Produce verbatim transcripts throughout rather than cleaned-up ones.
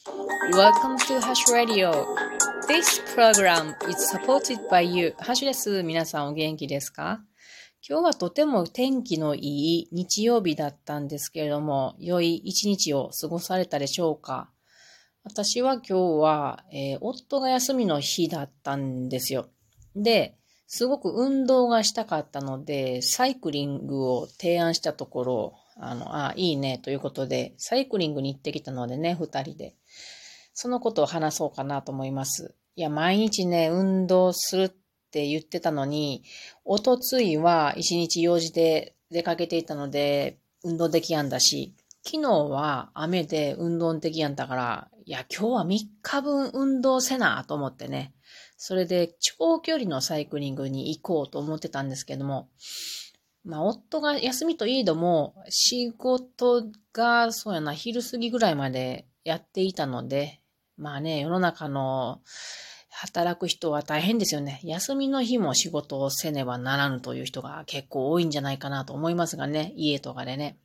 Welcome to Hash Radio. This program is supported by you. ハッシュです。皆さんお元気ですか？今日はとても天気のいい日曜日だったんですけれども、良い一日を過ごされたでしょうか？私は今日は、えー、夫が休みの日だったんですよ。で、すごく運動がしたかったので、サイクリングを提案したところ、あの、あ、いいねということで、サイクリングに行ってきたのでね、二人で。そのことを話そうかなと思います。いや、毎日ね、運動するって言ってたのに、おとついは一日用事で出かけていたので、運動できやんだし、昨日は雨で運動できやんだから、いや、今日はみっかぶん運動せなと思ってね、それで長距離のサイクリングに行こうと思ってたんですけども、まあ、夫が休みといえども、仕事が、そうやな、昼過ぎぐらいまでやっていたので、まあね、世の中の働く人は大変ですよね。休みの日も仕事をせねばならぬという人が結構多いんじゃないかなと思いますがね、家とかでね。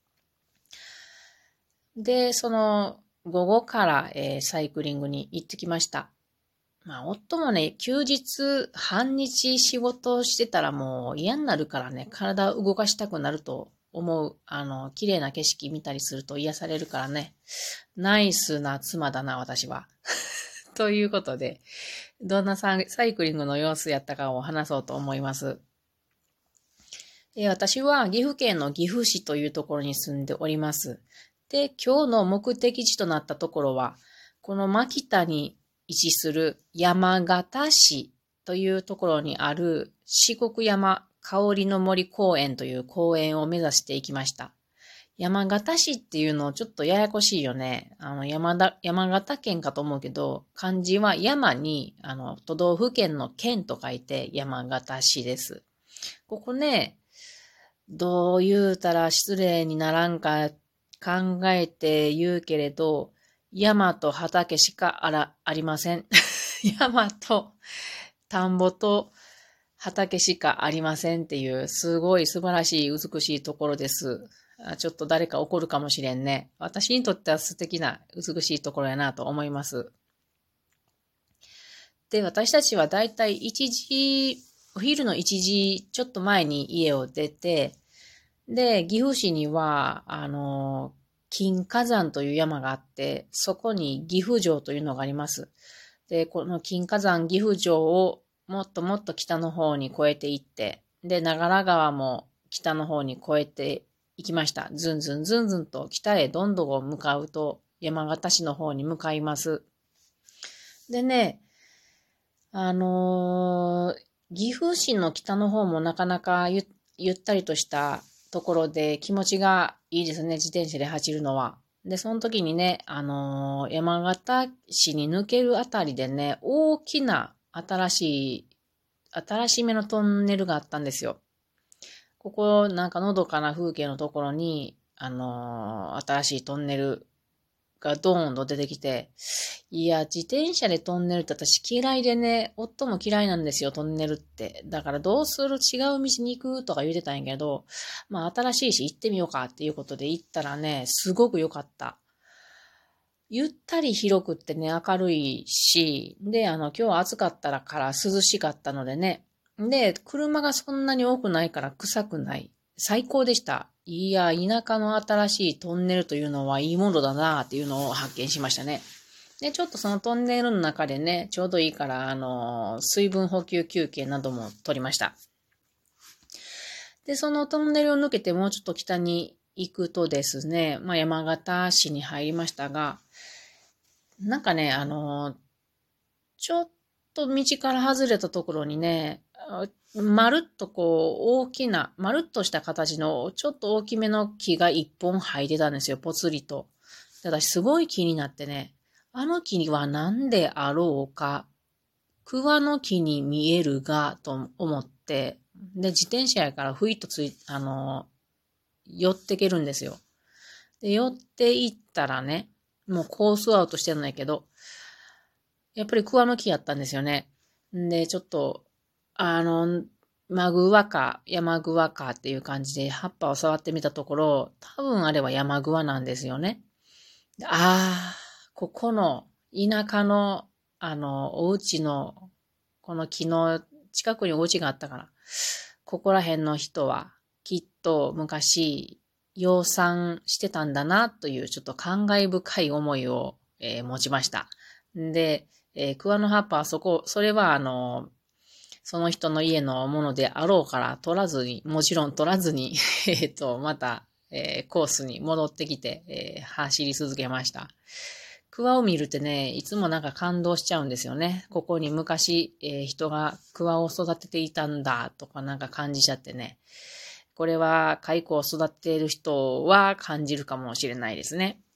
で、その午後から、えー、サイクリングに行ってきました。まあ、夫もね、休日、半日仕事をしてたらもう嫌になるからね、体を動かしたくなると思う。あの、綺麗な景色見たりすると癒されるからね。ナイスな妻だな、私は。ということで、どんなサイクリングの様子やったかを話そうと思います。で、私は岐阜県の岐阜市というところに住んでおります。で、今日の目的地となったところは、この牧田に位置する山形市というところにある四国山香りの森公園という公園を目指していきました。山形市っていうのちょっとややこしいよね。あの山田、山形県かと思うけど、漢字は山に、あの、都道府県の県と書いて山形市です。ここね、どう言うたら失礼にならんか考えて言うけれど、山と畑しかあら、ありません。山と田んぼと畑しかありませんっていう、すごい素晴らしい美しいところです。ちょっと誰か怒るかもしれんね。私にとっては素敵な美しいところやなと思います。で、私たちはだいたいいちじ、お昼のいちじちょっと前に家を出て、で、岐阜市には、あの、金華山という山があって、そこに岐阜城というのがあります。で、この金華山岐阜城をもっともっと北の方に越えていって、で、長良川も北の方に越えていきました。ずんずんずんずんと北へどんどん向かうと山形市の方に向かいます。でね、あのー、岐阜市の北の方もなかなか ゆ, ゆったりとしたところで気持ちがいいですね、自転車で走るのは。で、その時にね、あのー、山形市に抜けるあたりでね、大きな新しい、新しめのトンネルがあったんですよ。ここ、なんかのどかな風景のところに、あのー、新しいトンネルがドーンと出てきて、いや、自転車でトンネルって私嫌いでね、夫も嫌いなんですよ、トンネルって。だからどうする違う道に行くとか言ってたんやけど、まあ新しいし行ってみようかっていうことで行ったらね、すごく良かった。ゆったり広くってね、明るいし、で、あの、今日は暑かったらから涼しかったのでね、で、車がそんなに多くないから臭くない。最高でした。いや、田舎の新しいトンネルというのはいいものだなっていうのを発見しましたね。で、ちょっとそのトンネルの中でね、ちょうどいいから、あの、水分補給休憩なども取りました。で、そのトンネルを抜けてもうちょっと北に行くとですね、まあ山形市に入りましたが、なんかね、あの、ちょっと道から外れたところにね、まるっとこう、大きな、まるっとした形の、ちょっと大きめの木が一本生えてたんですよ、ぽつりと。私すごい気になってね、あの木には何であろうか、桑の木に見えるが、と思って、で、自転車やからふいっとつい、あの、寄ってけるんですよ。で、寄っていったらね、もうコースアウトしてるんだけど、やっぱり桑の木やったんですよね。で、ちょっと、あの、マグワか、山グワかっていう感じで葉っぱを触ってみたところ、多分あれは山グワなんですよね。ああ、 ここの田舎の、あの、お家の、この木の近くにお家があったから、ここら辺の人はきっと昔養蚕してたんだなというちょっと感慨深い思いを、えー持ちました。で、えー桑の葉っぱはそこ、それはあの、その人の家のものであろうから取らずに、もちろん取らずに、えっと、また、えーコースに戻ってきて、えー走り続けました。桑を見るってね、いつもなんか感動しちゃうんですよね。ここに昔、えー人が桑を育てていたんだとかなんか感じちゃってね。これは蚕を育てている人は感じるかもしれないですね。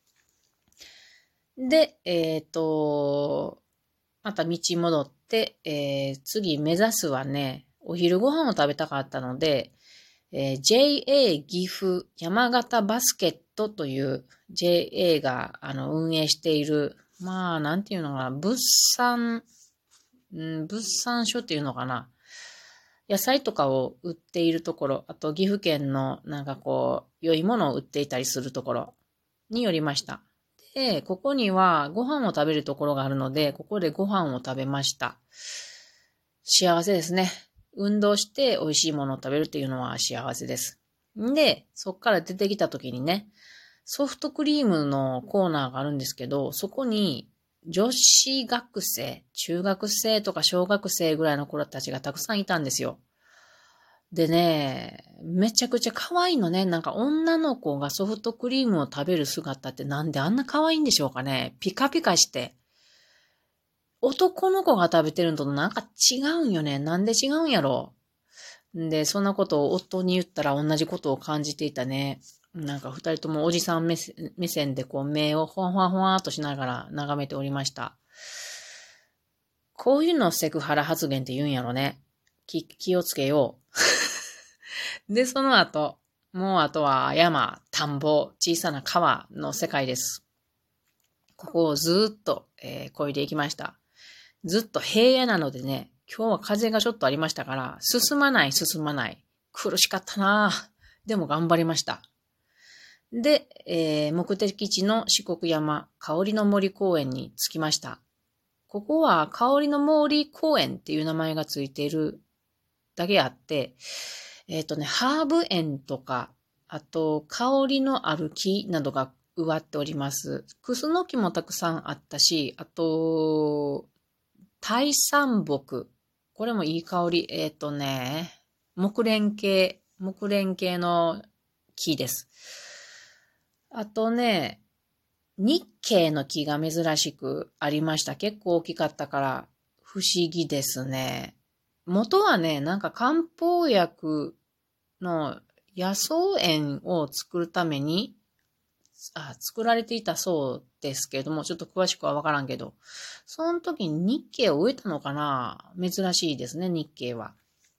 で、えっと、また道戻って、えー次目指すはね、お昼ご飯を食べたかったので、えー ジェイエー 岐阜山形バスケットという ジェイエー があの運営している、まあ、なんていうのかな、物産、うん、物産所っていうのかな。野菜とかを売っているところ、あと岐阜県のなんかこう、良いものを売っていたりするところに寄りました。で、ここにはご飯を食べるところがあるので、ここでご飯を食べました。幸せですね。運動して美味しいものを食べるっていうのは幸せです。んで、そっから出てきた時にね、ソフトクリームのコーナーがあるんですけど、そこに女子学生、中学生とか小学生ぐらいの子たちがたくさんいたんですよ。でね、めちゃくちゃ可愛いのね。なんか女の子がソフトクリームを食べる姿ってなんであんな可愛いんでしょうかね。ピカピカして。男の子が食べてるのとなんか違うんよね。なんで違うんやろ。で、そんなことを夫に言ったら同じことを感じていたね。なんか二人ともおじさん目線目線でこう目をほわほわほわーっとしながら眺めておりました。こういうのをセクハラ発言って言うんやろね。気、気をつけよう。で、その後、もうあとは山、田んぼ、小さな川の世界です。ここをずーっと、えー、越えていきました。ずっと平野なのでね、今日は風がちょっとありましたから、進まない進まない。苦しかったなぁ。でも頑張りました。で、えー目的地の四国山、香りの森公園に着きました。ここは香りの森公園っていう名前がついているだけあって、えっとね、ハーブ園とか、あと、香りのある木などが植わっております。クスノキもたくさんあったし、あと、大山木。これもいい香り。えっとね、木蓮系、木蓮系の木です。あとね、日系の木が珍しくありました。結構大きかったから不思議ですね。元はね、なんか漢方薬の野草園を作るためにあ作られていたそうですけれども、ちょっと詳しくはわからんけど、その時に日系を植えたのかな。珍しいですね、日系は。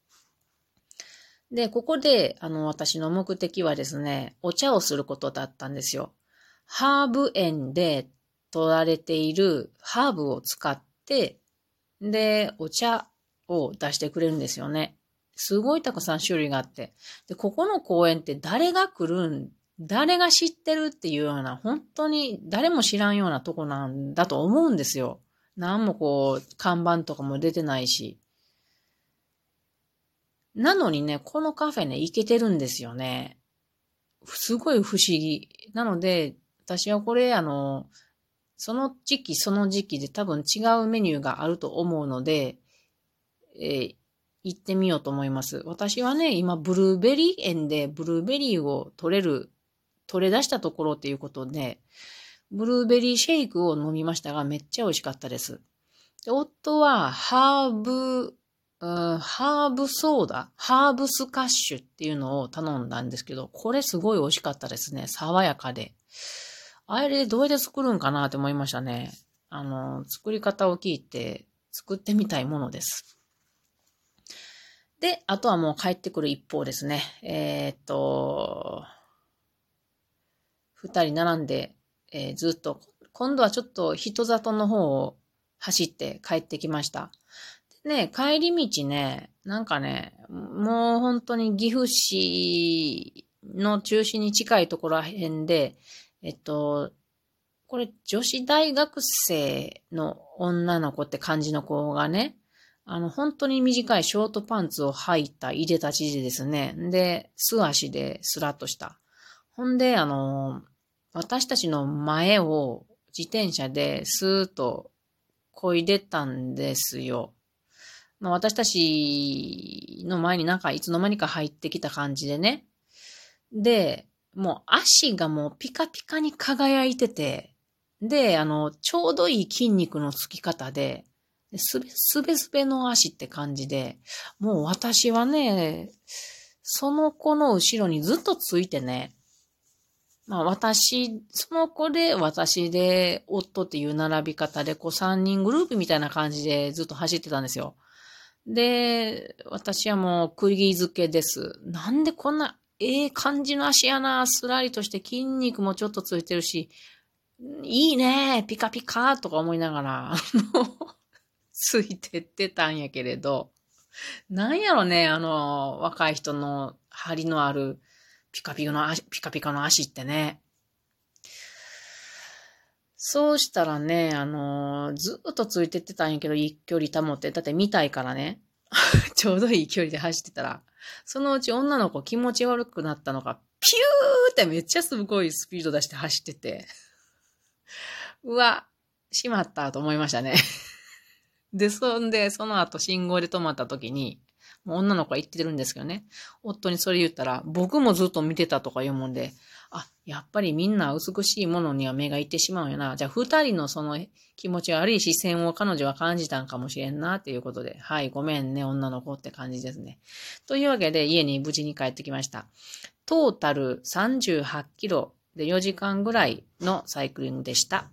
で、ここで、あの、私の目的はですね、お茶をすることだったんですよ。ハーブ園で取られているハーブを使って、で、お茶を出してくれるんですよね。すごいたくさん種類があって。で、ここの公園って誰が来るん、誰が知ってるっていうような、本当に誰も知らんようなとこなんだと思うんですよ。なんもこう、看板とかも出てないし。なのにね、このカフェね、行けてるんですよね。すごい不思議。なので、私はこれ、あの、その時期その時期で多分違うメニューがあると思うので、えー行ってみようと思います。私はね、今、ブルーベリー園でブルーベリーを取れる、取れ出したところっていうことで、ブルーベリーシェイクを飲みましたが、めっちゃ美味しかったです。で夫は、ハーブ、うん、ハーブソーダ、ハーブスカッシュっていうのを頼んだんですけど、これすごい美味しかったですね。爽やかで。あれどうやって作るんかなって思いましたね。あの、作り方を聞いて作ってみたいものです。で、あとはもう帰ってくる一方ですね。えーっと、二人並んで、えーずっと、今度はちょっと人里の方を走って帰ってきました。でね、帰り道ね、なんかね、もう本当に岐阜市の中心に近いところら辺で、えっと、 これ女子大学生の女の子って感じの子がね、あの、本当に短いショートパンツを履いたいでたちでですね。で、素足でスラッとした。ほんで、あの、私たちの前を自転車でスーッと漕いでたんですよ。まあ、私たちの前になんかいつの間にか入ってきた感じでね。で、もう足がもうピカピカに輝いてて、で、あの、ちょうどいい筋肉のつき方で、すべ、すべすべの足って感じで、もう私はね、その子の後ろにずっとついてね、まあ私、その子で私で夫っていう並び方で、こうさんにんグループみたいな感じでずっと走ってたんですよ。で、私はもう釘付けです。なんでこんなええ感じの足やな、すらりとして筋肉もちょっとついてるし、いいね、ピカピカとか思いながら、ついてってたんやけれど、なんやろね、あの、若い人の張りのあるピカピカの足、ピカピカの足ってね。そうしたらね、あの、ずっとついてってたんやけど、いい距離保って、だって見たいからね、ちょうどいい距離で走ってたら、そのうち女の子気持ち悪くなったのか、ピューってめっちゃすごいスピード出して走ってて、うわ、しまったと思いましたね。で、そんで、その後信号で止まった時に、もう女の子が言ってるんですけどね。夫にそれ言ったら、僕もずっと見てたとか言うもんで、あ、やっぱりみんな美しいものには目がいってしまうんやな。じゃあ二人のその気持ち悪い視線を彼女は感じたんかもしれんなっていうことで、はい、ごめんね、女の子って感じですね。というわけで家に無事に帰ってきました。トータルさんじゅうはちキロでよじかんぐらいのサイクリングでした。